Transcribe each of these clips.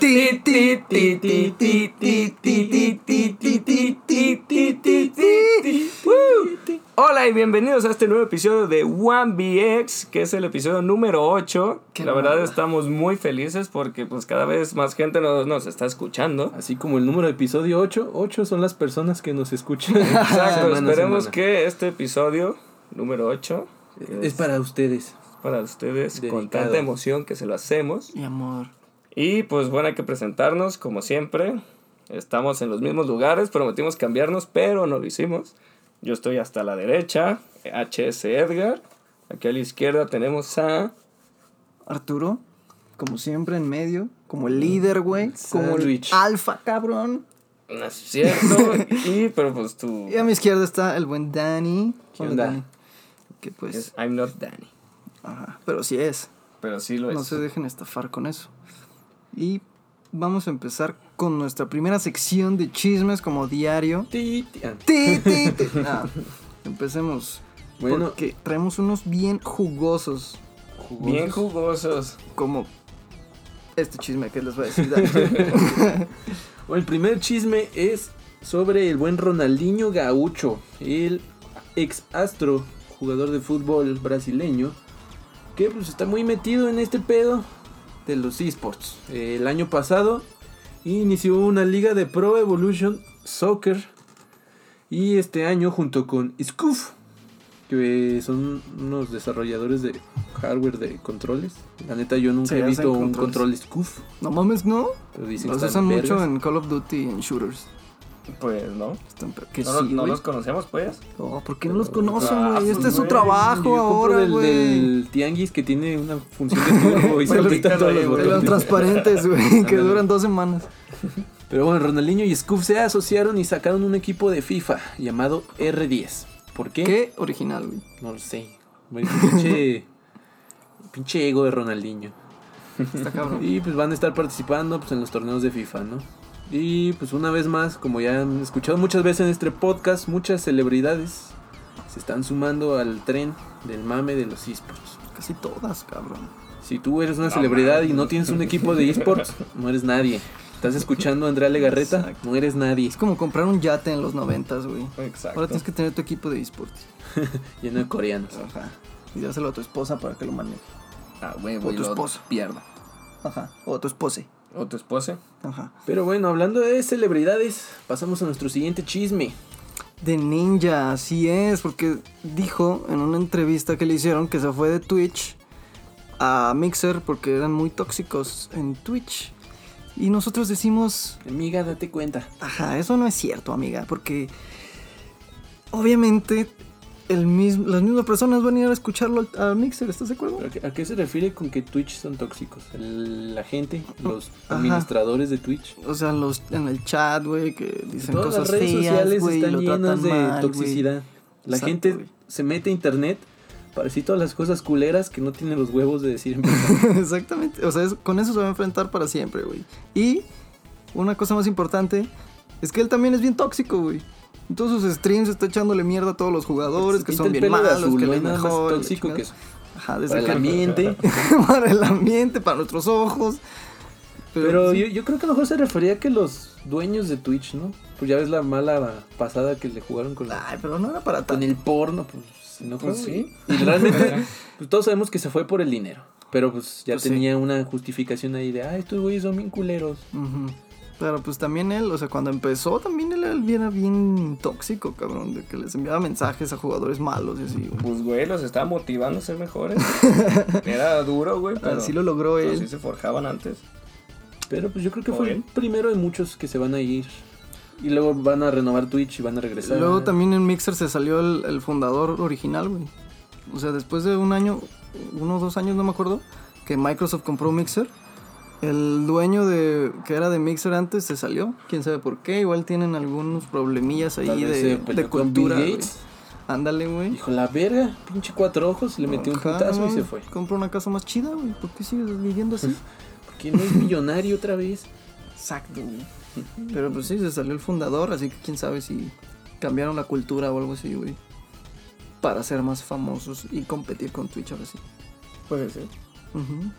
Hola y bienvenidos a este nuevo episodio de 1BX, que es el episodio número 8. La verdad estamos muy felices porque pues cada vez más gente nos está escuchando. Así como el número de episodio 8 son las personas que nos escuchan. Exacto, esperemos que este episodio número 8 es para ustedes. Para ustedes, dedicado. Con tanta emoción que se lo hacemos. Y amor. Y pues bueno, hay que presentarnos como siempre. Estamos en los mismos lugares, prometimos cambiarnos, pero no lo hicimos. Yo estoy hasta la derecha, HS Edgar. Aquí a la izquierda tenemos a Arturo, como siempre en medio, como el líder, güey, como el alfa, cabrón. No es cierto, pero pues tú... Y a mi izquierda está el buen Dani. ¿Qué onda? Dani. Que pues... I'm not Danny. Ajá, pero sí es. Pero sí lo es. No se dejen estafar con eso. Y vamos a empezar con nuestra primera sección de chismes como diario. Empecemos. Bueno, porque traemos unos bien jugosos. Bien jugosos. Como este chisme que les voy a decir. Dani. Bueno, el primer chisme es sobre el buen Ronaldinho Gaúcho, el ex astro, jugador de fútbol brasileño, que pues está muy metido en este pedo de los esports. El año pasado inició una liga de Pro Evolution Soccer y este año junto con Scuf, que son unos desarrolladores de hardware de controles. La neta yo nunca he visto un control Scuf. No mames, ¿no? Pero dicen Los que usan están mucho vergas. en Call of Duty y en shooters. Pues no. Que No, sí, no güey. los conocemos, pues. Oh, ¿por qué no los conocen, güey? pues, Este es su güey, trabajo Yo compro ahora, güey. del tianguis que tiene una función de turbo y se Bueno, aprieta todos los güey, De los botones. transparentes, güey, que duran 2 semanas. Pero bueno, Ronaldinho y Scuf se asociaron y sacaron un equipo de FIFA llamado R10. ¿Por qué? Qué original, güey. No lo sé. Bueno, pinche ego de Ronaldinho. Está cabrón. Y pues van a estar participando pues, en los torneos de FIFA, ¿no? Y pues una vez más, como ya han escuchado muchas veces en este podcast, muchas celebridades se están sumando al tren del mame de los esports. Casi todas, cabrón. Si tú eres una celebridad y no tienes un equipo de esports, no eres nadie. ¿Estás escuchando a Andrea Legarreta? Exacto. No eres nadie. Es como comprar un yate en los 90s, güey. Exacto. Ahora tienes que tener tu equipo de esports. Lleno de coreanos. Ajá. Y dárselo a tu esposa para que lo maneje. Ah, güey, O tu esposo. pierda. Ajá. O a tu esposa. ¿O tu esposa? Ajá. Pero bueno, hablando de celebridades, pasamos a nuestro siguiente chisme. De Ninja, así es, porque dijo en una entrevista que le hicieron que se fue de Twitch a Mixer porque eran muy tóxicos en Twitch. Y nosotros decimos, Amiga, date cuenta. ajá, eso no es cierto, amiga, porque obviamente las mismas personas van a ir a escucharlo a Mixer, ¿estás de acuerdo? ¿A qué se refiere con que Twitch son tóxicos? La gente, los Ajá. administradores de Twitch. O sea, en el chat, güey, que dicen Todas cosas las redes feas, sociales güey, y están lo llenas tratan de mal, toxicidad. La Exacto, gente güey. se mete a internet para decir todas las cosas culeras que no tiene los huevos de decir en persona. Exactamente, o sea, con eso se va a enfrentar para siempre, güey. Y una cosa más importante es que él también es bien tóxico, güey. En todos sus streams está echándole mierda a todos los jugadores que Pinta son el bien pelo de malos, azul, que no les hay nada más mejor. tóxico que eso. Ajá, desde Para el que ambiente. para el ambiente, para nuestros ojos. Pero sí. yo creo que a lo mejor se refería a que los dueños de Twitch, ¿no? Pues ya ves la mala pasada que le jugaron con, Ay, pero no era para con tanto. el porno, pues se enojó, Pues sí. Y realmente, pues todos sabemos que se fue por el dinero. Pero pues ya Pues sí. tenía una justificación ahí de, estos güeyes son bien culeros. Ujú. Pero pues también él, o sea, cuando empezó también él era bien tóxico, cabrón, de que les enviaba mensajes a jugadores malos y así, güey. Pues, güey, los estaba motivando a ser mejores. Era duro, güey, pero... Así lo logró pero él. sí se forjaban antes. Pero pues yo creo que ¿O fue él? el primero de muchos que se van a ir. Y luego van a renovar Twitch y van a regresar. Luego también en Mixer se salió el fundador original, güey. O sea, después de 1 año, 1 o 2 años, no me acuerdo, que Microsoft compró Mixer, el dueño que era de Mixer antes se salió. Quién sabe por qué. Igual tienen algunos problemillas Tal ahí vez se de peleó con cultura, Bill güey. Gates. Ándale, güey. Dijo, la verga, pinche 4 ojos, le metió un Ajá, putazo y güey. se fue. Compra una casa más chida, güey. ¿Por qué sigues viviendo así? Porque no es millonario otra vez. Exacto, güey. Pero pues sí, se salió el fundador, así que quién sabe si cambiaron la cultura o algo así, güey. Para ser más famosos y competir con Twitch ahora sí. Puede ser. Ujú.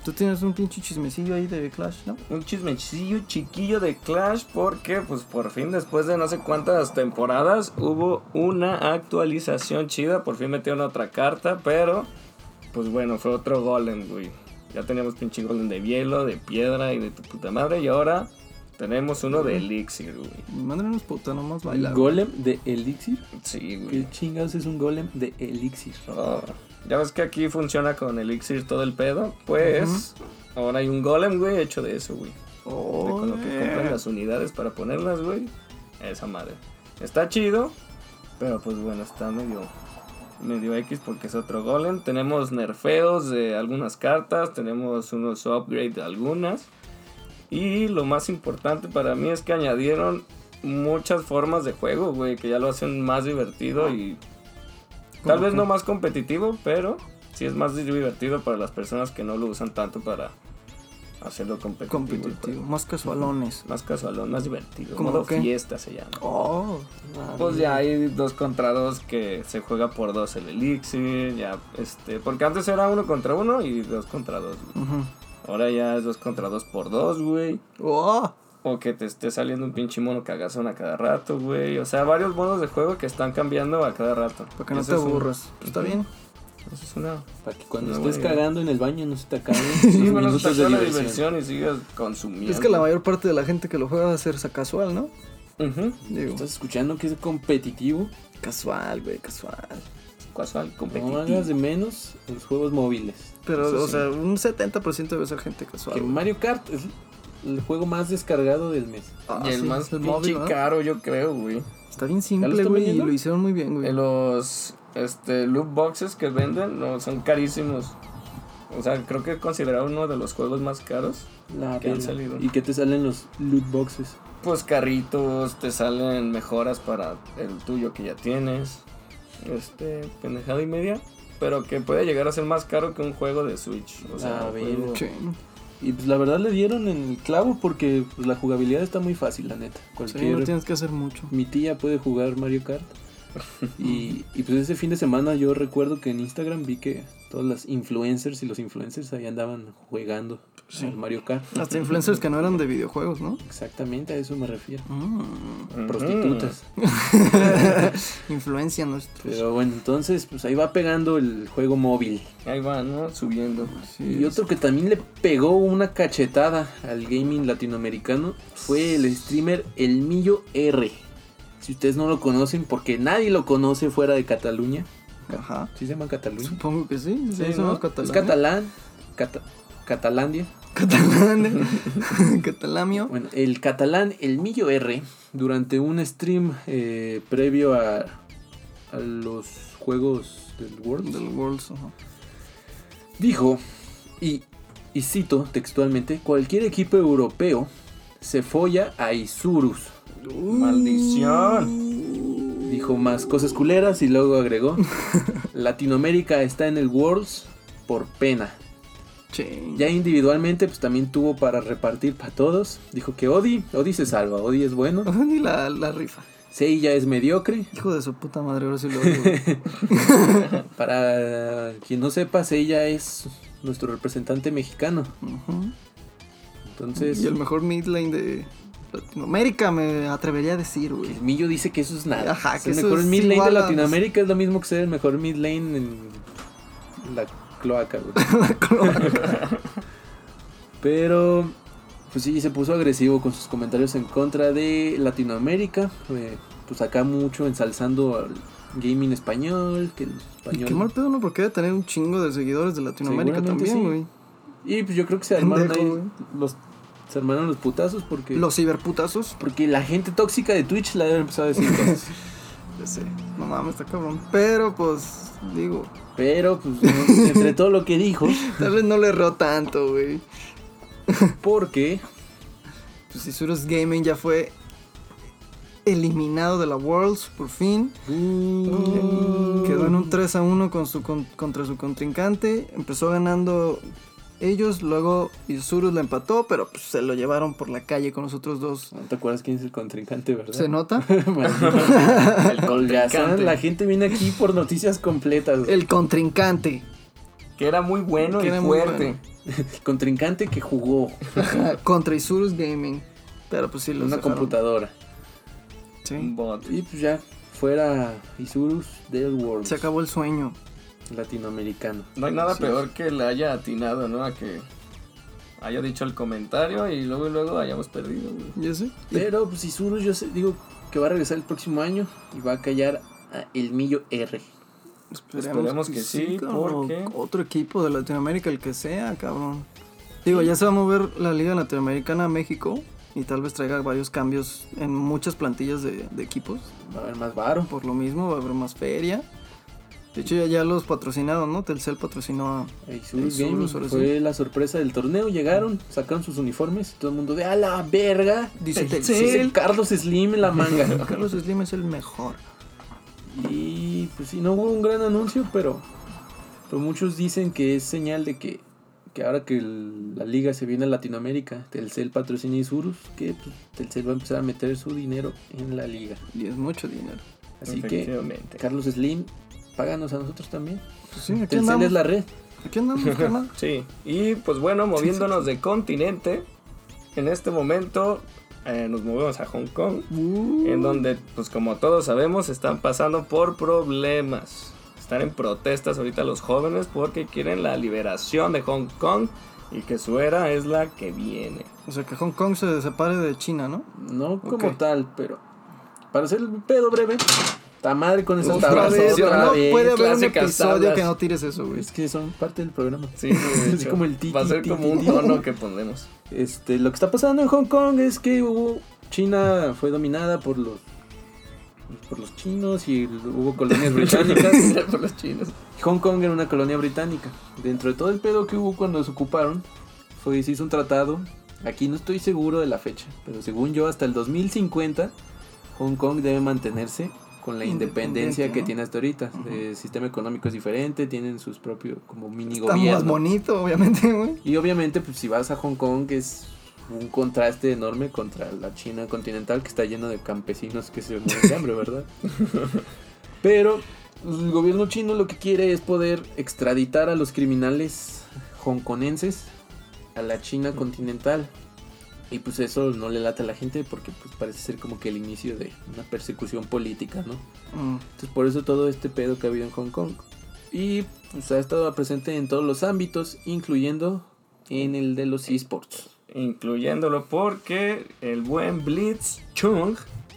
Tú tienes un pinche chismecillo ahí de Clash, ¿no? Un chismecillo chiquillo de Clash porque pues por fin después de no sé cuántas temporadas hubo una actualización chida. Por fin metieron otra carta, pero pues bueno, fue otro golem, güey. Ya teníamos pinche golem de hielo, de piedra y de tu puta madre. Y ahora tenemos uno de elixir, güey. Mándanos puta, nomás bailar. ¿Golem de elixir? Sí, güey. ¿Qué chingados es un golem de elixir? Oh, ya ves que aquí funciona con elixir todo el pedo. Pues ahora hay un golem, güey, hecho de eso, güey. Con lo que compran las unidades para ponerlas, güey. Esa madre. Está chido, pero pues bueno, está medio X porque es otro golem. Tenemos nerfeos de algunas cartas, tenemos unos upgrades de algunas. Y lo más importante para mí es que añadieron muchas formas de juego, güey, que ya lo hacen más divertido y tal vez no más competitivo, pero sí es más divertido para las personas que no lo usan tanto para hacerlo competitivo. Más casualones. Más casualón, más divertido. ¿Cómo Modo qué? fiesta se llama. Oh, Pues ya hay 2 contra 2 que se juega por 2 el elixir, ya porque antes era 1 contra 1 y 2 contra 2. Ahora ya es 2 contra 2 por 2, güey. oh. O que te esté saliendo un pinche mono cagazón a cada rato, güey. O sea, varios modos de juego que están cambiando a cada rato. Para que no te aburras. Pues está bien. Eso es una... Para que cuando No, estés güey. cagando en el baño no se te acaben Sí, los bueno, minutos está de la diversión. diversión y sigas consumiendo. Es que la mayor parte de la gente que lo juega va a ser casual, ¿no? Ujú. Digo, ¿Estás escuchando que es competitivo? casual, güey, casual. Casual, No competitivo. hagas de menos los juegos móviles. Pero, Eso o sí. sea, un 70% debe ser gente casual. Que güey. Mario Kart es el juego más descargado del mes. Ah, Y el sí, más el pinche móvil, ¿no? caro, yo creo, güey. Está bien ¿Ya lo simple, están güey, y vendiendo? lo hicieron muy bien, güey. Los loot boxes que venden no son carísimos. O sea, creo que es considerado uno de los juegos más caros La que han verga. salido. ¿Y qué te salen los loot boxes? Pues carritos, te salen mejoras para el tuyo que ya tienes. Pendejada y media. Pero que puede llegar a ser más caro que un juego de Switch. O sea, A un ver, juego- Sí. Y pues la verdad le dieron en el clavo porque pues, la jugabilidad está muy fácil, la neta. Sí, Cualquier no tienes que hacer mucho. Mi tía puede jugar Mario Kart. y pues ese fin de semana yo recuerdo que en Instagram vi que todas las influencers y los influencers ahí andaban jugando al Mario Kart. Hasta influencers que no eran de videojuegos, ¿no? Exactamente, a eso me refiero. Ujú. Prostitutas. Influencia nuestros. Pero bueno, entonces pues ahí va pegando el juego móvil. Ahí va, ¿no? Subiendo. Y otro que también le pegó una cachetada al gaming latinoamericano fue el streamer El Millo R. Si ustedes no lo conocen, porque nadie lo conoce fuera de Cataluña. Ajá. ¿Sí se llama Cataluña? Supongo que sí. Sí, somos ¿no? catalanes. Es catalán. Catalandia. Catalán. Catalamio. Bueno, el catalán El Millo R, durante un stream previo a los juegos del World, Del Worlds. Ajá. dijo, y cito textualmente, cualquier equipo europeo se folla a Isurus. ¡Maldición! Dijo más cosas culeras y luego agregó, Latinoamérica está en el Worlds por pena. Ching. Ya individualmente pues también tuvo para repartir para todos. Dijo que Odi se salva, Odi es bueno. Ni la rifa. Seiya es mediocre. Hijo de su puta madre, ahora sí lo oigo. Para quien no sepa, Seiya es nuestro representante mexicano. Ujú. Entonces, Y el mejor mid lane de Latinoamérica, me atrevería a decir, güey. el Millo dice que eso es nada. Ajá, Es que el eso mejor es mid lane de igual a- Latinoamérica es lo mismo que ser el mejor mid lane en la cloaca, güey. Pero, pues sí, se puso agresivo con sus comentarios en contra de Latinoamérica. Pues acá mucho ensalzando al gaming español, que los Y españoles... qué mal pedo, ¿no? Porque debe tener un chingo de seguidores de Latinoamérica Seguramente también, sí. güey. Y pues yo creo que se armaron Pendejo, ahí se armaron los putazos porque... Los ciberputazos. Porque la gente tóxica de Twitch la debe empezar a decir cosas. Ya sé. No mames, está cabrón. Pero, pues, digo, Pero, pues, no, entre todo lo que dijo, tal vez no le erró tanto, güey. porque Pues Isurus Gaming ya fue eliminado de la Worlds, por fin. Quedó en un 3-1 contra su contrincante. Empezó ganando ellos, luego Isurus la empató, pero pues se lo llevaron por la calle con los otros dos. no te acuerdas quién es el contrincante, ¿verdad? ¿Se nota? Maldito. El Holgazán, contrincante. la gente viene aquí por noticias completas. El contrincante. que era muy bueno Que y era muy fuerte. bueno. Contrincante que jugó Contra Isurus Gaming. Pero pues sí, en los una dejaron. computadora. Sí. Un bot. Y pues ya, fuera Isurus del World Se acabó el sueño. latinoamericano. No hay nada Sí. peor que le haya atinado, ¿no? A que haya dicho el comentario y luego hayamos perdido, güey. ¿Ya sé? Pero pues Isurus digo que va a regresar el próximo año y va a callar a El Millo R. Esperemos que sí, cabrón. porque- Otro equipo de Latinoamérica, el que sea, cabrón. Digo, ya se va a mover la Liga Latinoamericana a México y tal vez traiga varios cambios en muchas plantillas de equipos. Va a haber más varo. Por lo mismo, va a haber más feria. De hecho, ya los patrocinaron, ¿no? Telcel patrocinó a... Isurus Isurus, Gaming ahora sí. fue la sorpresa del torneo. Llegaron, sacaron sus uniformes y todo el mundo de ¡a la verga! Dice Dice Carlos Slim en la manga. Carlos Slim es el mejor. Y pues sí, no hubo un gran anuncio, pero muchos dicen que es señal de que ahora que la liga se viene a Latinoamérica, Telcel patrocina a Isurus, que pues, Telcel va a empezar a meter su dinero en la liga. Y es mucho dinero. Así que, Efectivamente. Carlos Slim, páganos a nosotros también. Pues sí, aquí Telcel andamos. es la red. Aquí andamos, carnal. Sí, y pues bueno, moviéndonos de continente, en este momento nos movemos a Hong Kong, en donde, pues como todos sabemos, están pasando por problemas. Están en protestas ahorita los jóvenes porque quieren la liberación de Hong Kong y que su era es la que viene. O sea, que Hong Kong se separe de China, ¿no? No como Ok. tal, pero para hacer el pedo breve, está madre con esas Uf, tablas. otra vez, otra no vez. puede haber un clásicas episodio tablas. que no tires eso, güey. Es que son parte del programa. Sí, de Así hecho, como el ti, va a ser ti, como ti, un ti. tono que ponemos. Lo que está pasando en Hong Kong es que China fue dominada por los chinos y hubo colonias británicas. Por los chinos. Hong Kong era una colonia británica. Dentro de todo el pedo que hubo cuando se ocuparon, se hizo un tratado. Aquí no estoy seguro de la fecha, pero según yo hasta el 2050 Hong Kong debe mantenerse con la independencia Independiente, que ¿no? tiene hasta ahorita. El sistema económico es diferente, tienen sus propios como mini Está más gobiernos. bonito, obviamente, güey. Y obviamente, pues si vas a Hong Kong es un contraste enorme contra la China continental, que está lleno de campesinos que se mueren de hambre, ¿verdad? Pero el gobierno chino lo que quiere es poder extraditar a los criminales hongkonenses a la China continental. Y pues eso no le late a la gente porque pues parece ser como que el inicio de una persecución política, ¿no? Entonces por eso todo este pedo que ha habido en Hong Kong. Y pues ha estado presente en todos los ámbitos, incluyendo en el de los esports. Incluyéndolo porque el buen Blitz Chung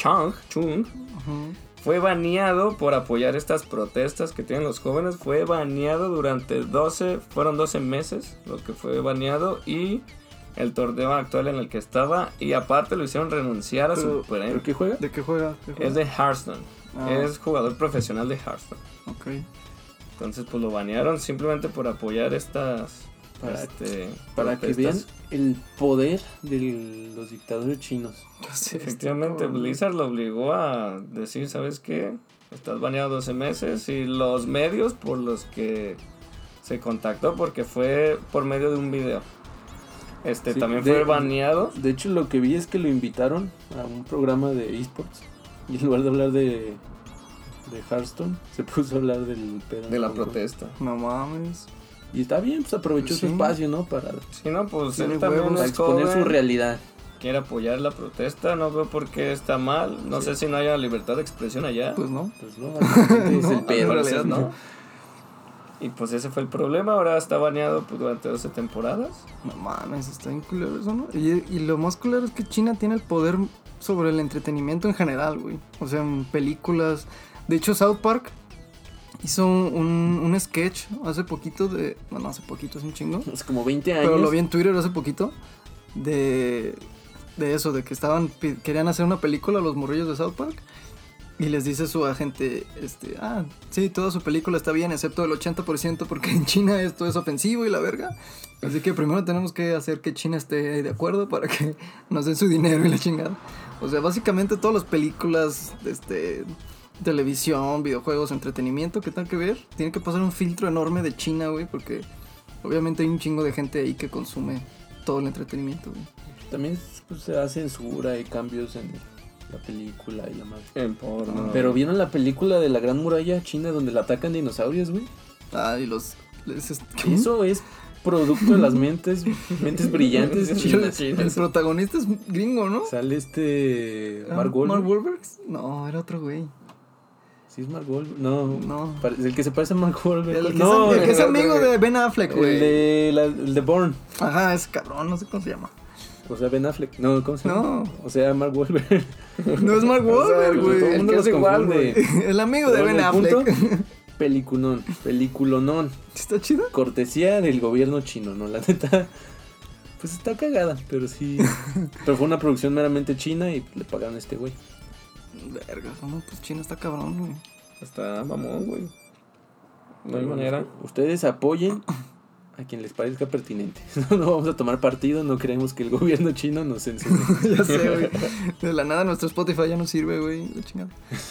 fue baneado por apoyar estas protestas que tienen los jóvenes. Fue baneado durante 12 meses lo que fue baneado, y el torneo actual en el que estaba, y aparte lo hicieron renunciar a su ¿Pero premio. qué juega? ¿De qué juega? Es de Hearthstone. Ah. Es jugador profesional de Hearthstone. Ok. Entonces pues lo banearon simplemente por apoyar estas Para que vean el poder de los dictadores chinos. Efectivamente, Blizzard lo obligó a decir, ¿sabes qué? Estás baneado 12 meses, y los medios por los que se contactó, porque fue por medio de un video. Sí, También fue baneado. De hecho, lo que vi es que lo invitaron a un programa de esports. Y en lugar de hablar de Hearthstone, se puso a hablar del pedo De en la Hong Kong. protesta. No mames. Y está bien, pues aprovechó su Sí. espacio, ¿no? Para Si no, pues Tiene él también huevos. para es exponer joven, su realidad. quiere apoyar la protesta, no veo por qué está mal. No sé si no haya libertad de expresión allá. Pues no. Pues no, básicamente es el Al pedo. parecer no. Y pues ese fue el problema. Ahora está baneado pues, durante 12 temporadas. No mames, está bien culero eso, ¿no? Y lo más culero es que China tiene el poder sobre el entretenimiento en general, güey. O sea, en películas. De hecho, South Park hizo un sketch hace poquito de... Bueno, hace poquito, es un chingo. Es como 20 años. Pero lo vi en Twitter hace poquito. De eso, de que querían hacer una película los morrillos de South Park. Y les dice su agente, sí, toda su película está bien, excepto el 80% porque en China esto es ofensivo y la verga. Así que primero tenemos que hacer que China esté de acuerdo para que nos den su dinero y la chingada. O sea, básicamente todas las películas, televisión, videojuegos, entretenimiento que tengan que ver, tiene que pasar un filtro enorme de China, güey, porque obviamente hay un chingo de gente ahí que consume todo el entretenimiento, güey. También pues, se da censura y cambios en la película y la madre. En porno. Pero ¿vieron la película de la Gran Muralla China donde la atacan dinosaurios, güey? Ah, y los ¿Qué? Eso es producto de las mentes brillantes chinas. El protagonista es gringo, ¿no? Sale Mark Wahlberg. ¿Mark Wahlberg? No, era otro güey. Sí es Mark Wahlberg. No. No. El que se parece a Mark Wahlberg. El que, no, es amigo de Ben Affleck, güey. el de Bourne. Ajá, ese cabrón, no sé cómo se llama. O sea, Ben Affleck. No, ¿cómo se llama? No. O sea, Mark Wahlberg. No es Mark Wahlberg, Todo el güey. mundo que los es igual, confunde. El amigo de Pero Ben el punto, Affleck. Peliculonón. ¿Está chido? Cortesía del gobierno chino, ¿no? La neta, pues está cagada, pero sí. Pero fue una producción meramente china y le pagaron a este güey. Verga, no, pues China está cabrón, güey. Está mamón, güey. No hay manera. Ustedes apoyen a quien les parezca pertinente. No vamos a tomar partido, no creemos que el gobierno chino nos censure. Ya sé, güey. De la nada nuestro Spotify ya no sirve, güey. La chingada.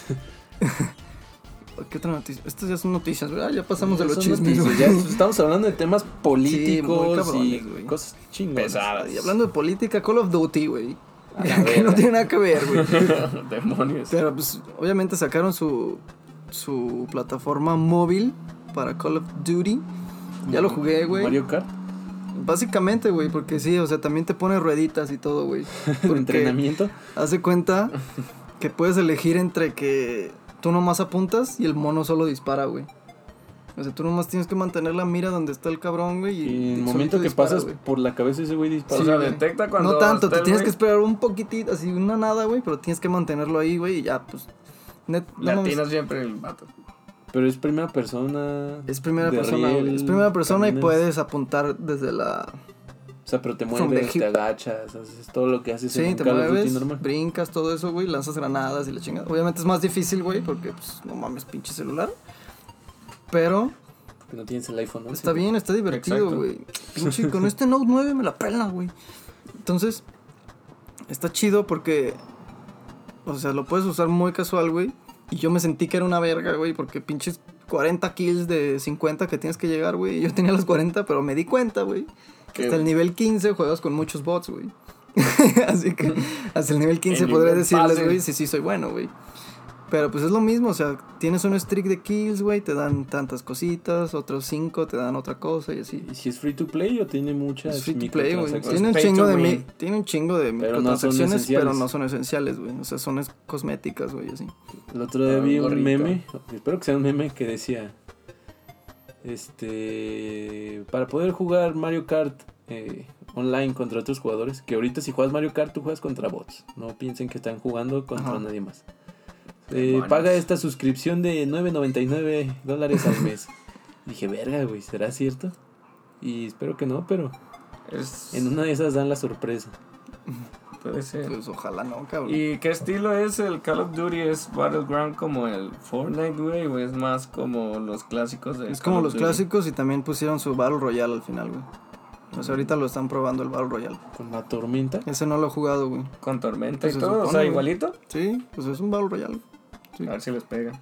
¿Qué otra noticia? Estas ya son noticias, ¿verdad? Ya pasamos de los Son chismes, noticias, güey. ya estamos hablando de temas políticos muy cabrones, y güey. cosas chingonas. Pesadas. Y hablando de política, Call of Duty, güey. A la Que no verga. tiene nada que ver, güey. Demonios. Pero pues obviamente sacaron su plataforma móvil para Call of Duty. Ya lo jugué, güey. Mario Kart, Básicamente, güey, porque sí, o sea, también te pone rueditas y todo, güey. Porque entrenamiento. haz de cuenta que puedes elegir entre que tú nomás apuntas y el mono solo dispara, güey. O sea, tú nomás tienes que mantener la mira donde está el cabrón, güey. Y en el solito momento que dispara, pasas güey. por la cabeza ese güey dispara. O sea, güey. detecta cuando No tanto, está te el tienes güey. que esperar un poquitito, así una nada, güey, pero tienes que mantenerlo ahí, güey, y ya, pues. No mames. Latinas siempre el vato. Pero es primera persona. Es primera de persona, riel, güey. Es primera persona y caminas. puedes apuntar desde la. O sea, pero te From the mueves, te hip. agachas, haces todo lo que haces Sí, en un te Call of Duty mueves, normal. brincas, todo eso, güey, lanzas granadas y la chingada. Obviamente es más difícil, güey, porque, pues, no mames, pinche celular. Pero Que no tienes el iPhone, ¿no? está Sí. bien, está divertido, Exacto. güey. Pinche, con este Note 9 me la pela, güey. Entonces, está chido porque, o sea, lo puedes usar muy casual, güey. Y yo me sentí que era una verga, güey, porque pinches 40 kills de 50 que tienes que llegar, güey. Y yo tenía los 40, pero me di cuenta, güey, que ¿Qué? hasta el nivel 15 juegas con muchos bots, güey. Así que hasta el nivel 15 El podré nivel decirles, fácil. güey, sí soy bueno, güey. Pero pues es lo mismo, o sea, tienes un streak de kills, güey, te dan tantas cositas, otros 5 te dan otra cosa y así. ¿Y si es free to play o tiene muchas Es free to play, güey. microtransacciones? Tiene un Pay chingo to de win. tiene un chingo de Pero no son microtransacciones, esenciales. pero no son esenciales, güey. O sea, son cosméticas, güey, así. El otro día vi un Gorrito. meme, espero que sea un meme que decía, para poder jugar Mario Kart online contra otros jugadores, que ahorita si juegas Mario Kart tú juegas contra bots, no piensen que están jugando contra Ajá. nadie más. Demonios. Paga esta suscripción de $9.99 al mes. Dije, verga, güey, ¿será cierto? Y espero que no, pero Es... en una de esas dan la sorpresa. Puede ser. Pues ojalá no, cabrón. ¿Y qué estilo es el Call of Duty? ¿Es Battleground como el Fortnite, güey? ¿O es más como los clásicos de Es Call como of los Duty? clásicos y también pusieron su Battle Royale al final, güey. O sea, ahorita lo están probando el Battle Royale. Con la tormenta. Ese no lo he jugado, güey. Con tormenta Pues y se todo, o supone, sea, güey. igualito. Sí, pues es un Battle Royale. Sí. A ver si les pega.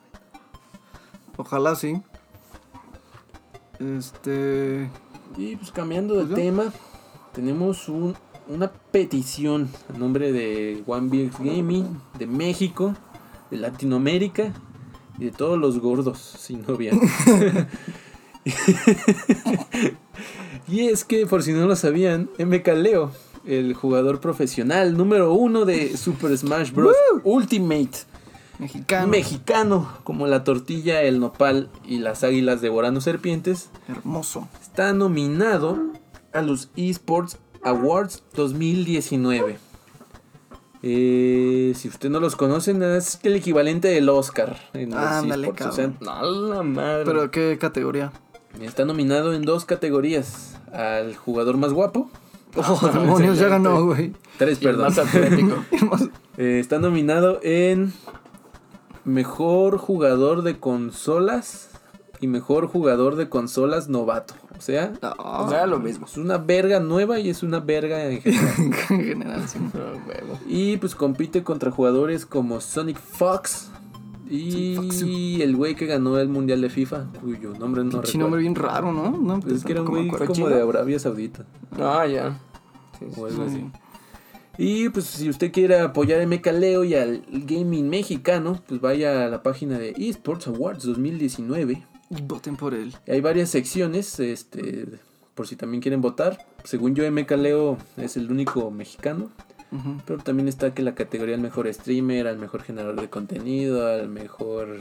Ojalá sí. Y pues cambiando de Pues ya. tema, tenemos una petición a nombre de One Big Gaming, de México, de Latinoamérica y de todos los gordos sin novia. Y es que, por si no lo sabían, MKLeo, el jugador profesional número 1 de Super Smash Bros. Ultimate, mexicano, como la tortilla, el nopal y las águilas devorando serpientes, Hermoso. está nominado a los eSports Awards 2019. Si usted no los conocen, es el equivalente del Oscar en los Ándale, eSports. O sea, No, la madre. ¿Pero qué categoría? está nominado en 2 categorías: al jugador más guapo. Oh, demonios, ya ganó, güey. 3, Y el perdón. más atlético. Está nominado en mejor jugador de consolas y mejor jugador de consolas novato. O sea, O sea, lo mismo. es una verga nueva y es una verga en general. En general, sí. Ah, huevo. Y pues compite contra jugadores como Sonic Fox y Sonic Fox. el güey que ganó el mundial de FIFA, cuyo nombre no Pinche recuerdo. nombre bien raro, ¿no? No, Pues es que era un tampoco me güey acuerdo. como de Arabia Saudita Ah, ya. Sí, sí. o algo Sí. así. Y pues si usted quiere apoyar a MKLeo y al gaming mexicano, pues vaya a la página de eSports Awards 2019 Y voten por él. Hay varias secciones, por si también quieren votar. Según yo, MKLeo es el único mexicano. Ujú. Pero también está que la categoría al mejor streamer, al mejor generador de contenido, al mejor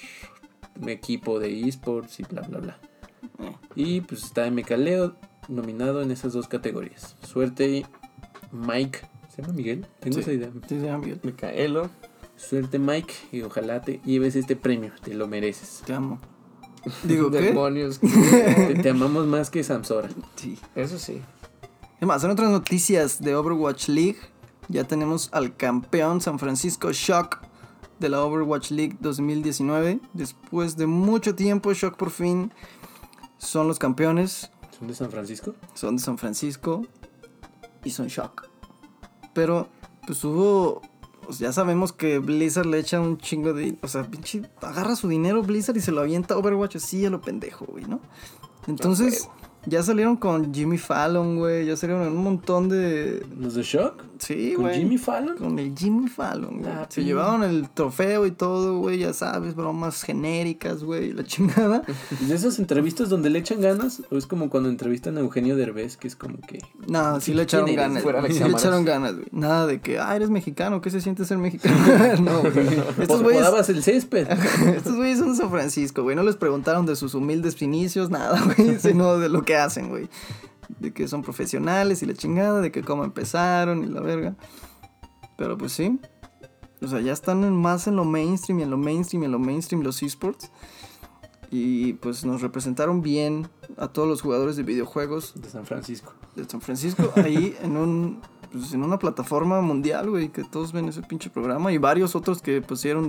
equipo de esports y bla bla bla. Y pues está MKLeo nominado en esas dos categorías. Suerte Mike. ¿Se llama Miguel? Tengo Sí. esa idea. Sí, se llama Miguel. Micaelo. Suerte Mike y ojalá te lleves este premio, te lo mereces. Te amo. Digo, ¿qué? Demonios. Te amamos más que Samsora. Sí. Eso sí. Es más, en otras noticias de Overwatch League, ya tenemos al campeón San Francisco Shock de la Overwatch League 2019. Después de mucho tiempo, Shock por fin son los campeones. ¿Son de San Francisco? Son de San Francisco y son Shock. Pero, pues pues, ya sabemos que Blizzard le echa un chingo de... O sea, pinche, agarra su dinero Blizzard y se lo avienta a Overwatch así a lo pendejo, güey, ¿no? Entonces, ya salieron con Jimmy Fallon, güey. Ya salieron en un montón de... ¿Los de Shock? Sí, ¿Con güey. Jimmy Fallon? Con el Jimmy Fallon, güey. Ah, Se pi- llevaron el trofeo y todo, güey. Ya sabes, bromas genéricas, güey. La chingada. ¿De esas entrevistas donde le echan ganas? ¿O es como cuando entrevistan a Eugenio Derbez, que es como que... No, sí ¿Quién le echaron eres? ganas. Fuera de Sí le cámaras. echaron ganas, güey. Nada de que, eres mexicano, ¿qué se siente ser mexicano? No, güey. Estos güeyes, Podabas el césped. estos güeyes son de San Francisco, güey. No les preguntaron de sus humildes inicios, nada, güey. Sino de lo que hacen, güey. De que son profesionales y la chingada, de que cómo empezaron y la verga. Pero pues sí. O sea, ya están más en lo mainstream y en lo mainstream y en lo mainstream los esports. Y pues nos representaron bien a todos los jugadores de videojuegos De San Francisco. de San Francisco ahí en una plataforma mundial, güey, que todos ven ese pinche programa y varios otros que pusieron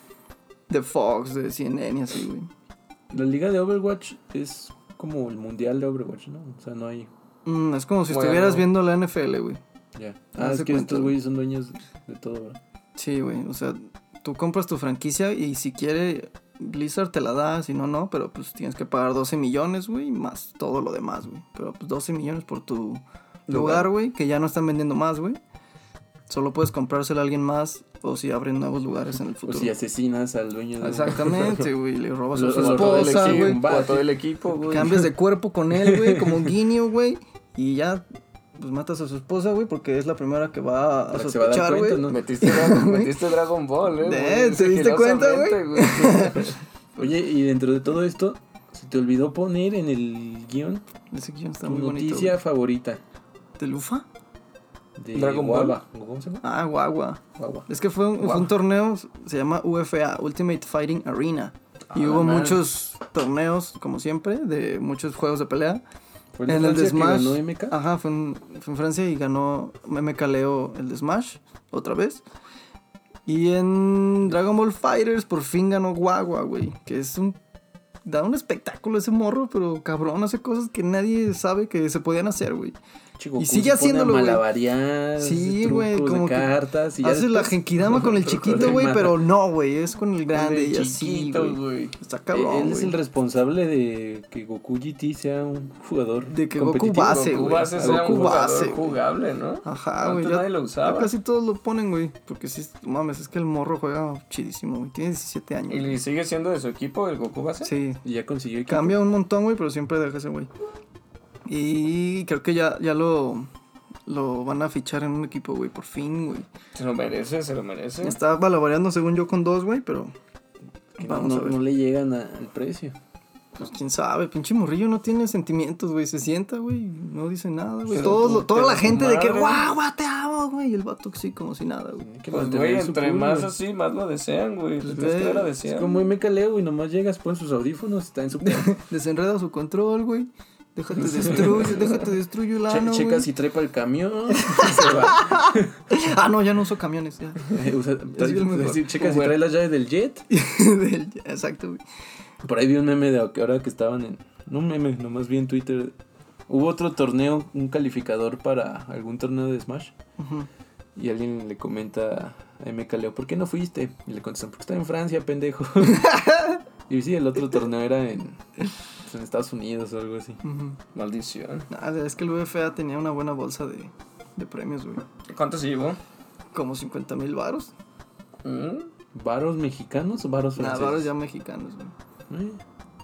de Fox, de CNN y así, güey. La liga de Overwatch es como el mundial de Overwatch, ¿no? O sea, no hay... Es como si Bueno. estuvieras viendo la NFL, güey. Ya. Haz Es de que cuenta, estos güey. güeyes son dueños de todo, ¿verdad? Sí, güey, o sea, tú compras tu franquicia y si quiere Blizzard te la da, si no, no, pero pues tienes que pagar 12 millones, güey, más todo lo demás, güey. Pero pues 12 millones por tu lugar, güey, que ya no están vendiendo más, güey. Solo puedes comprárselo a alguien más o si abren nuevos lugares en el O futuro. si asesinas al dueño de... Exactamente, güey, le robas a Lo- su lo robó el esposa, equipo, güey. O a todo el equipo, güey. Cambias de cuerpo con él, güey, como un guiño, güey, y ya pues matas a su esposa, güey, porque es la primera que va a Para que se va a dar sospechar, cuenta, güey. ¿no? Metiste Dragon Ball, güey. ¿Te diste cuenta, güey? Sigilosamente, Oye, y dentro de todo esto, se te olvidó poner en el guión Ese guión está tu muy bonito. noticia favorita ¿De Lufa? de Dragon Ball. Guava. ¿Cómo se llama? Ah, guagua. Guava. Es que fue un torneo, se llama UFA, Ultimate Fighting Arena. Y Ah, hubo madre. muchos torneos, como siempre, de muchos juegos de pelea. ¿Fue En el de Francia que Smash. ganó MK? Ajá, fue en Francia y ganó MKLeo el de Smash, otra vez. Y en Dragon Ball Fighters por fin ganó Guagua, güey. Que es da un espectáculo ese morro, pero cabrón, hace cosas que nadie sabe que se podían hacer, güey. Chico, Y Goku sigue se pone a haciéndolo, güey. malabarear, Sí, trucos güey, de como que cartas y ya Hace la después- genkidama con el chiquito, güey, pero no, güey, es con el grande y así, chiquito, güey. Está cabrón, Él es el güey. responsable de que Goku GT sea un jugador De que Goku competitivo. base, Goku güey. base sea Goku un jugador base, güey. jugable, ¿no? Ajá, güey. Antes Ya, nadie lo ya usaba. casi todos lo ponen, güey. Porque sí, mames, es que el morro juega chidísimo, güey. Tiene 17 años. ¿Y sigue siendo de su equipo el Goku base? Sí. Y ya consiguió equipo. Cambia un montón, güey, pero siempre deja ese güey. Y creo que ya lo van a fichar en un equipo, güey, por fin, güey. Se lo merece, se lo merece. Está valaboreando según yo con 2, güey, pero Que vamos no, a ver. no le llegan al precio. Pues quién sabe, pinche morrillo no tiene sentimientos, güey. Se sienta, güey, no dice nada, güey. Pero Toda la tu gente de que, madre. guau, guau, te amo, güey. Y el vato sí, como si nada, güey. Hay que Pues, mantener güey, su entre pool, más güey. así, más lo desean, güey. Pues, Le tienes que güey, agradecer. Es como MKLeo y nomás llegas, pones sus audífonos, está en su... Desenreda su control, güey. Déjate destruyo el ano, Checa güey. si trepa el camión y se va. Ah, no, ya no uso camiones, ya. Es el mejor. checa si trae las llaves del jet. Exacto, güey. Por ahí vi un meme de que ahora que estaban en... No un meme, nomás vi en Twitter. Hubo otro torneo, un calificador para algún torneo de Smash. Ujú. Y alguien le comenta a MKLeo, ¿por qué no fuiste? Y le contestan, porque está en Francia, pendejo. Y sí, el otro torneo era en Estados Unidos o algo así. Ujú. Maldición. Nada, es que el UFA tenía una buena bolsa de premios, güey. ¿Cuánto se llevó? Como 50,000 varos. ¿Mm? ¿Varos mexicanos o varos Nada, franceses? varos ya mexicanos, güey.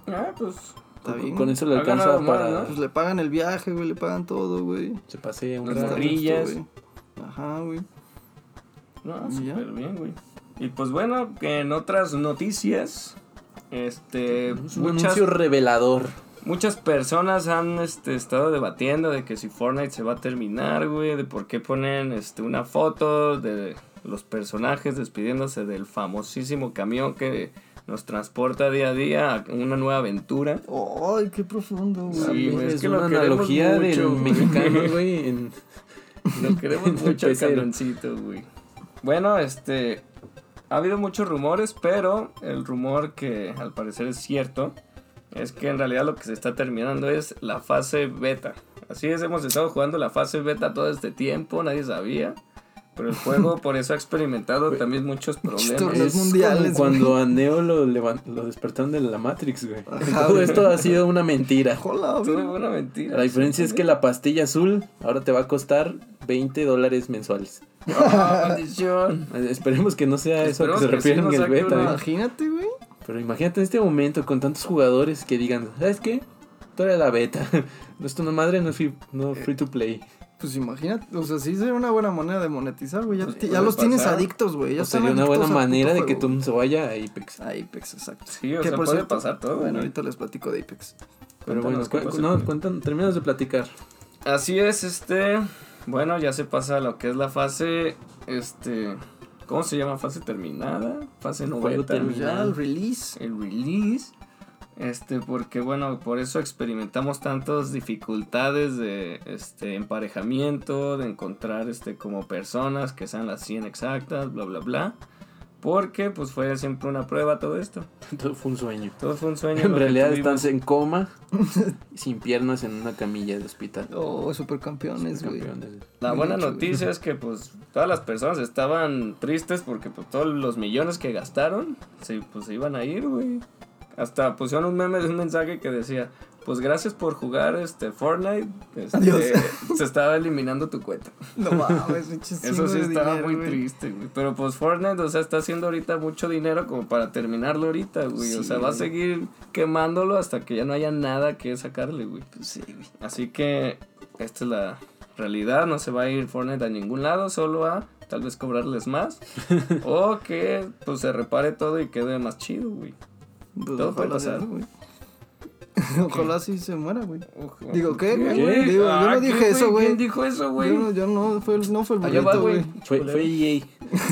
Pues Está bien. Con eso le Ha alcanza ganado para... más, ¿no? Pues le pagan el viaje, güey, le pagan todo, güey. Se pasea un Las Está rato. morrillas. gusto, güey. Ajá, güey. No, Y ya. súper bien, güey. Y pues bueno, que en otras noticias, Es un muchas, anuncio revelador. muchas personas han estado debatiendo de que si Fortnite se va a terminar, güey, de por qué ponen una foto de los personajes despidiéndose del famosísimo camión que nos transporta día a día a una nueva aventura. Ay, qué profundo, güey. Sí, güey, Es que una lo queremos analogía mucho, del güey. mexicano, güey, en... Lo queremos en el mucho al pecero. camioncito, güey. Bueno, ha habido muchos rumores, pero el rumor que al parecer es cierto es que en realidad lo que se está terminando es la fase beta. Así es, hemos estado jugando la fase beta todo este tiempo, nadie sabía. Pero el juego por eso ha experimentado también muchos problemas. Torneos Es mundiales, como cuando a Neo lo despertaron de la Matrix, güey. Ajá, Todo güey. esto ha sido una mentira. Hola, Todo güey. fue una mentira. La diferencia es que la pastilla azul ahora te va a costar $20 mensuales. ¡Ah, maldición! Esperemos que no sea eso a que Esperemos se que sí refieren nos en el saque beta. una- Imagínate, güey. Pero imagínate en este momento con tantos jugadores que digan, ¿sabes qué? Todavía la beta. Esto no madre, no es free to play. Pues imagínate, o sea, sí sería una buena manera de monetizar, güey. Ya, Pues ya puede los tienes pasar. adictos, güey. Ya O están sería una buena adictos al manera puto de que juego. todo el mundo se vaya a Apex. A Apex, exacto. Sí, o Que sea, por puede cierto, pasar todo. Bueno, güey. ahorita les platico de Apex. Pero bueno, Cuéntanos qué pasó. terminas de platicar. Así es, bueno, ya se pasa lo que es la fase, ¿cómo se llama? Fase terminada, fase no Juego beta, terminado. Ya el release. el release, porque bueno, por eso experimentamos tantas dificultades de, emparejamiento, de encontrar, como personas que sean las 100 exactas, bla, bla, bla, porque pues fue siempre una prueba todo esto, Todo fue un sueño. todo fue un sueño. En lo que realidad tuvimos. estás en coma, sin piernas en una camilla de hospital. Oh, supercampeones, güey. Campeones. La Muy buena bien, güey. noticia es que pues todas las personas estaban tristes porque pues todos los millones que gastaron se iban a ir, güey. Hasta pusieron un meme de un mensaje que decía, pues gracias por jugar Fortnite, Adiós. se estaba eliminando tu cuenta. No mames, pinches Eso sí chingo de estaba dinero, muy güey. triste, güey. Pero pues Fortnite, o sea, está haciendo ahorita mucho dinero como para terminarlo ahorita, güey. O Sí, sea, va a güey. seguir quemándolo hasta que ya no haya nada que sacarle, güey. Pues sí, güey. Así que esta es la realidad, no se va a ir Fortnite a ningún lado, solo a tal vez cobrarles más o que pues se repare todo y quede más chido, güey. Pues Todo puede ojalá pasar. sea, güey. Ojalá sí se muera, güey. Ojo. Digo, ¿qué, güey? ¿Qué? Digo, yo no ¿qué, dije eso, güey. ¿Quién dijo eso, güey? Yo no, no fue el Allá va, burrito, güey. güey. Fue EA.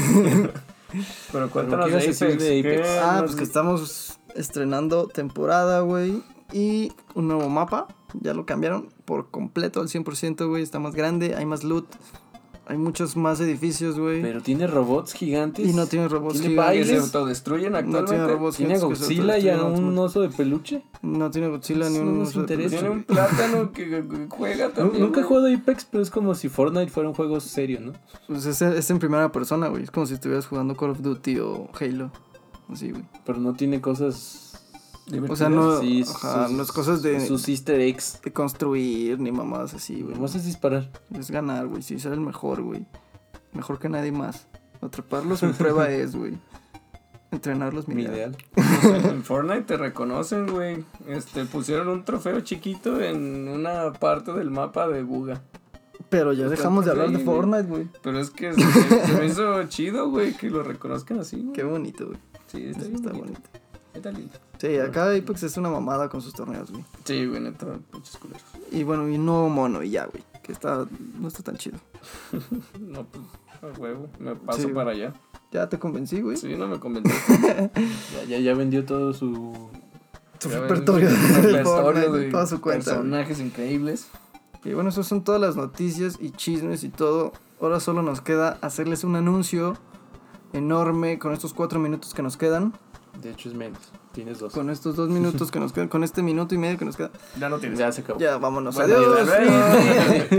Pero cuéntanos ¿qué de ibas a Apex. decir de ¿qué Apex? Ah, nos pues que dices? estamos estrenando temporada, güey. Y un nuevo mapa. Ya lo cambiaron por completo al 100%, güey. Está más grande, hay más loot. Hay muchos más edificios, güey. Pero tiene robots gigantes. Y no tiene robots ¿Tiene ¿Que gigantes. se bailes? autodestruyen No actualmente? tiene robots ¿Tiene gigantes que se Godzilla y a autodestruyen un oso de peluche? No tiene Godzilla ni Eso un nos oso de interesa. peluche, Tiene un güey. plátano que juega también. Nunca he güey. jugado Apex, pero es como si Fortnite fuera un juego serio, ¿no? Pues es en primera persona, güey. Es como si estuvieras jugando Call of Duty o Halo. Así, güey. Pero no tiene cosas... O sea, no, Sí, ajá, no es cosas de Sus easter eggs. construir ni mamadas así, güey. Nomás es disparar. Es ganar, güey. Sí, ser el mejor, güey. Mejor que nadie más. Atraparlos en prueba es, güey. Entrenarlos, Mi mi ideal. En Fortnite te reconocen, güey. Pusieron un trofeo chiquito en una parte del mapa de Buga. Pero ya dejamos de hablar de Sí, güey. Fortnite, güey. Pero es que se me hizo chido, güey, que lo reconozcan así, güey. Qué bonito, güey. Sí, está Eso bien está bonito. bonito. Está lindo. Sí, acá Apex es una mamada con sus torneos, güey. Sí, güey, neta, pinches culeros. Y bueno, y un nuevo mono y ya, güey. Que no está tan chido. No, pues, a huevo, me paso Sí, para allá. Ya te convencí, güey. Sí, no me convenciste. Ya vendió todo su... Tu Ya ves, repertorio un de repertorio Fortnite, de toda su cuenta, güey. personajes increíbles. Y bueno, esas son todas las noticias y chismes y todo. Ahora solo nos queda hacerles un anuncio enorme con estos 4 minutos que nos quedan. De hecho es menos. Tienes 2. Con estos 2 minutos que nos quedan. Con este minuto y medio que nos queda. Ya no tienes. Ya se acabó. Ya, vámonos. Bueno, Adiós. ya,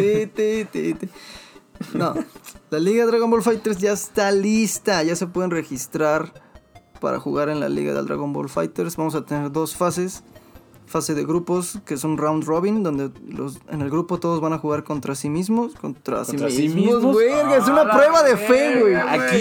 No, la Liga Dragon Ball Fighters ya está lista. Ya se pueden registrar para jugar en la Liga del Dragon Ball Fighters. Vamos a tener 2 fases. Fase de grupos, que es un round robin, donde en el grupo todos van a jugar contra sí mismos. Contra sí ¿Contra sí mismos, mismos? verga, es una ¡Ah, prueba la de fe, güey. verga! Aquí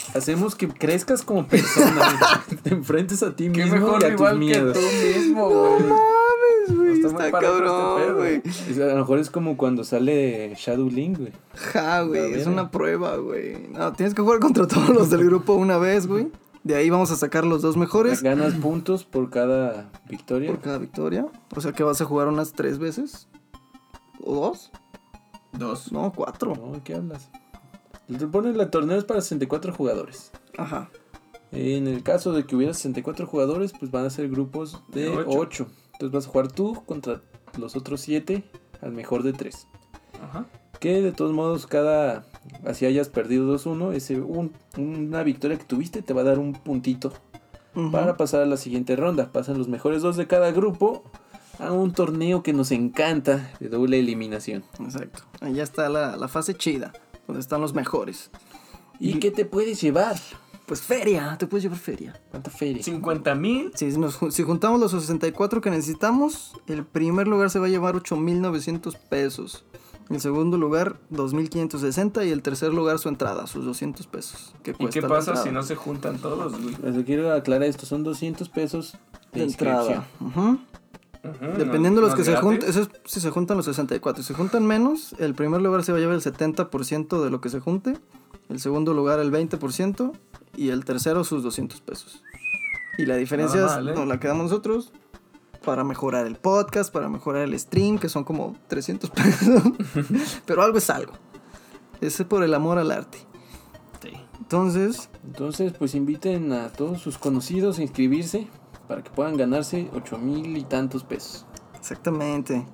hacemos que crezcas como persona. Te enfrentes a ti Qué mismo mejor y a tus rival que miedos. tú mismo, güey. Mames, güey, Está muy está parejo cabrón, este pedo. güey. A lo mejor es como cuando sale Shadow Link, güey. Ja, A güey, ver. es una prueba, güey. No, tienes que jugar contra todos los del grupo una vez, güey. De ahí vamos a sacar los 2 mejores Ganas puntos por cada victoria. por cada victoria. O sea que vas a jugar unas 3 veces. ¿O 2? 2. No, 4. No, ¿de qué hablas? El torneo es para 64 jugadores. Ajá. En el caso de que hubiera 64 jugadores, pues van a ser grupos de De 8. Entonces vas a jugar tú contra los otros 7 al mejor de 3. Ajá. Que de todos modos, así hayas perdido 2-1, una victoria que tuviste te va a dar un puntito Ujú. para pasar a la siguiente ronda. Pasan los mejores 2 de cada grupo a un torneo que nos encanta de doble eliminación. Exacto. Ahí ya está la fase chida, donde están los mejores. ¿Y qué te puedes llevar? Pues feria, te puedes llevar feria. ¿Cuánta feria? 50,000. Si juntamos los 64 que necesitamos, el primer lugar se va a llevar 8,900 pesos. El segundo lugar, 2,560. Y el tercer lugar, su entrada, sus 200 pesos. Que ¿Y cuesta qué la pasa entrada. si no se juntan todos, güey? Les quiero aclarar esto, son 200 pesos de De inscripción. entrada? Ujú. Dependiendo de los que se junten, eso es si se juntan los 64. Si se juntan menos, el primer lugar se va a llevar el 70% de lo que se junte. El segundo lugar el 20%. Y el tercero sus 200 pesos. Y la diferencia Nada mal, ¿eh? nos la quedamos nosotros para mejorar el podcast, para mejorar el stream, que son como 300 pesos. Pero algo es algo. Ese es por el amor al arte. Sí. Entonces, Pues inviten a todos sus conocidos a inscribirse para que puedan ganarse 8,000 y tantos pesos. exactamente.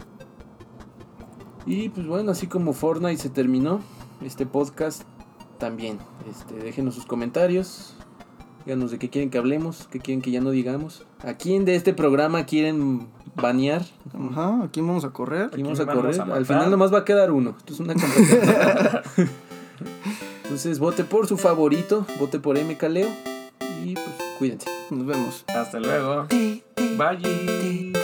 Y pues bueno, así como Fortnite se terminó, este podcast también. Déjenos sus comentarios. Díganos de qué quieren que hablemos, qué quieren que ya no digamos. ¿A quién de este programa quieren banear? Ajá, aquí vamos a correr. Aquí vamos quién a vamos correr. a matar? Al final nomás va a quedar uno. Esto es una competencia. Entonces vote por su favorito, vote por MKLeo y pues cuídense. Nos vemos. Hasta luego. Bye.